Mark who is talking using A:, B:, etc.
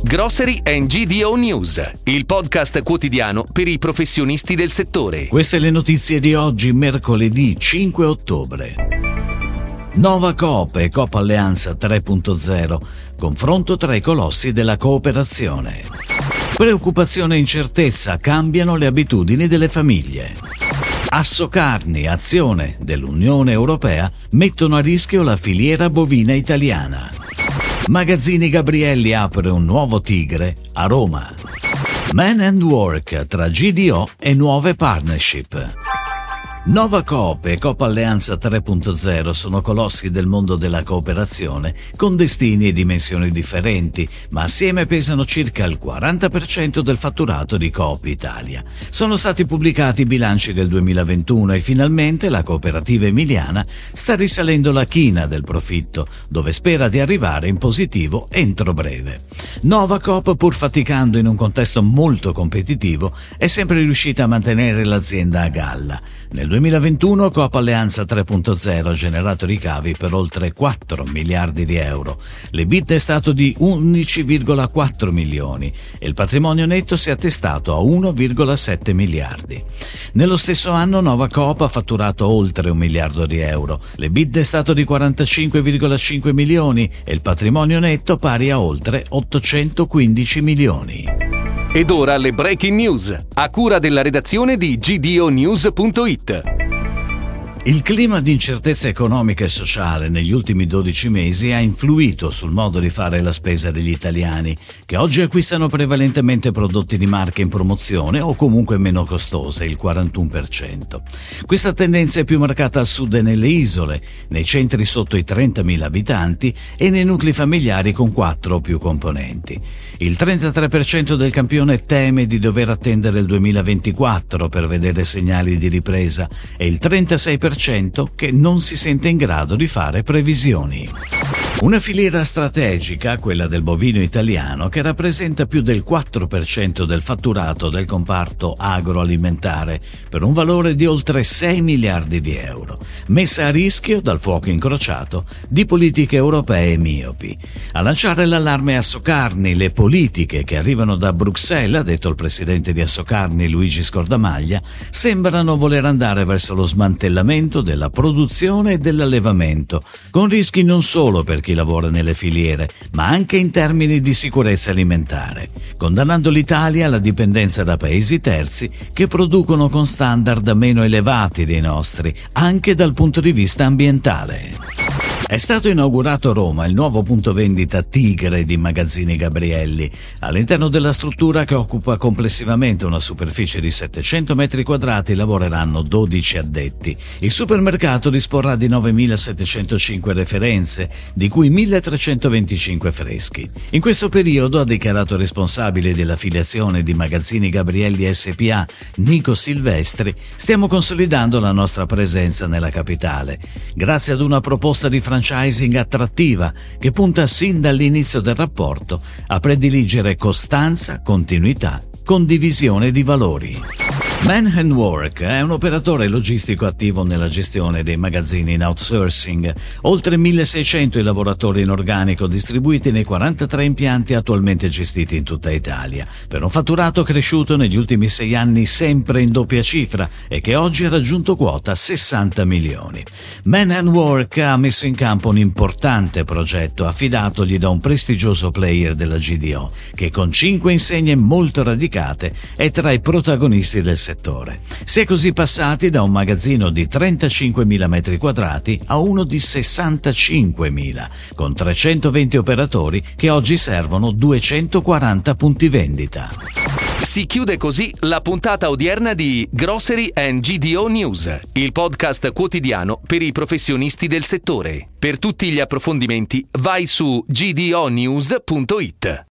A: Grocery and GDO News, il podcast quotidiano per i professionisti del settore.
B: Queste le notizie di oggi, mercoledì 5 ottobre. Nova Coop e Coop Alleanza 3.0, confronto tra i colossi della cooperazione. Preoccupazione e incertezza cambiano le abitudini delle famiglie. Assocarni, azione dell'Unione Europea mettono a rischio la filiera bovina italiana. Magazzini Gabrielli apre un nuovo Tigre a Roma. Man and Work tra GDO e nuove partnership. Nova Coop e Coop Alleanza 3.0 sono colossi del mondo della cooperazione con destini e dimensioni differenti, ma assieme pesano circa il 40% del fatturato di Coop Italia. Sono stati pubblicati i bilanci del 2021 e finalmente la cooperativa emiliana sta risalendo la china del profitto, dove spera di arrivare in positivo entro breve. Nova Coop, pur faticando in un contesto molto competitivo, è sempre riuscita a mantenere l'azienda a galla. Nel 2021 Coop Alleanza 3.0 ha generato ricavi per oltre 4 miliardi di euro. L'EBIT è stato di 11,4 milioni e il patrimonio netto si è attestato a 1,7 miliardi. Nello stesso anno Nova Coop ha fatturato oltre 1 miliardo di euro. L'EBIT è stato di 45,5 milioni e il patrimonio netto pari a oltre 815 milioni.
A: Ed ora le breaking news, a cura della redazione di gdonews.it.
B: Il clima di incertezza economica e sociale negli ultimi 12 mesi ha influito sul modo di fare la spesa degli italiani, che oggi acquistano prevalentemente prodotti di marche in promozione o comunque meno costose, il 41%. Questa tendenza è più marcata al sud e nelle isole, nei centri sotto i 30.000 abitanti e nei nuclei familiari con 4 o più componenti. Il 33% del campione teme di dover attendere il 2024 per vedere segnali di ripresa e il 36% che non si sente in grado di fare previsioni. Una filiera strategica, quella del bovino italiano, che rappresenta più del 4% del fatturato del comparto agroalimentare per un valore di oltre 6 miliardi di euro, messa a rischio dal fuoco incrociato di politiche europee miopi. A lanciare l'allarme Assocarni, le politiche che arrivano da Bruxelles, ha detto il presidente di Assocarni Luigi Scordamaglia, sembrano voler andare verso lo smantellamento della produzione e dell'allevamento, con rischi non solo per chi lavora nelle filiere, ma anche in termini di sicurezza alimentare, condannando l'Italia alla dipendenza da paesi terzi che producono con standard meno elevati dei nostri, anche dal punto di vista ambientale. È stato inaugurato a Roma il nuovo punto vendita Tigre di Magazzini Gabrielli, all'interno della struttura che occupa complessivamente una superficie di 700 metri quadrati lavoreranno 12 addetti. Il supermercato disporrà di 9.705 referenze, di cui 1.325 freschi. In questo periodo, ha dichiarato responsabile dell'affiliazione di Magazzini Gabrielli SPA Nico Silvestri, stiamo consolidando la nostra presenza nella capitale, grazie ad una proposta di franchising attrattiva che punta sin dall'inizio del rapporto a prediligere costanza, continuità, condivisione di valori. Man and Work è un operatore logistico attivo nella gestione dei magazzini in outsourcing. Oltre 1.600 i lavoratori in organico distribuiti nei 43 impianti attualmente gestiti in tutta Italia, per un fatturato cresciuto negli ultimi 6 anni sempre in doppia cifra e che oggi ha raggiunto quota 60 milioni. Man and Work ha messo in campo un importante progetto affidatogli da un prestigioso player della GDO, che con 5 insegne molto radicate è tra i protagonisti del settore. Si è così passati da un magazzino di 35.000 metri quadrati a uno di 65.000, con 320 operatori che oggi servono 240 punti vendita.
A: Si chiude così la puntata odierna di Grocery and GDO News, il podcast quotidiano per i professionisti del settore. Per tutti gli approfondimenti vai su gdonews.it.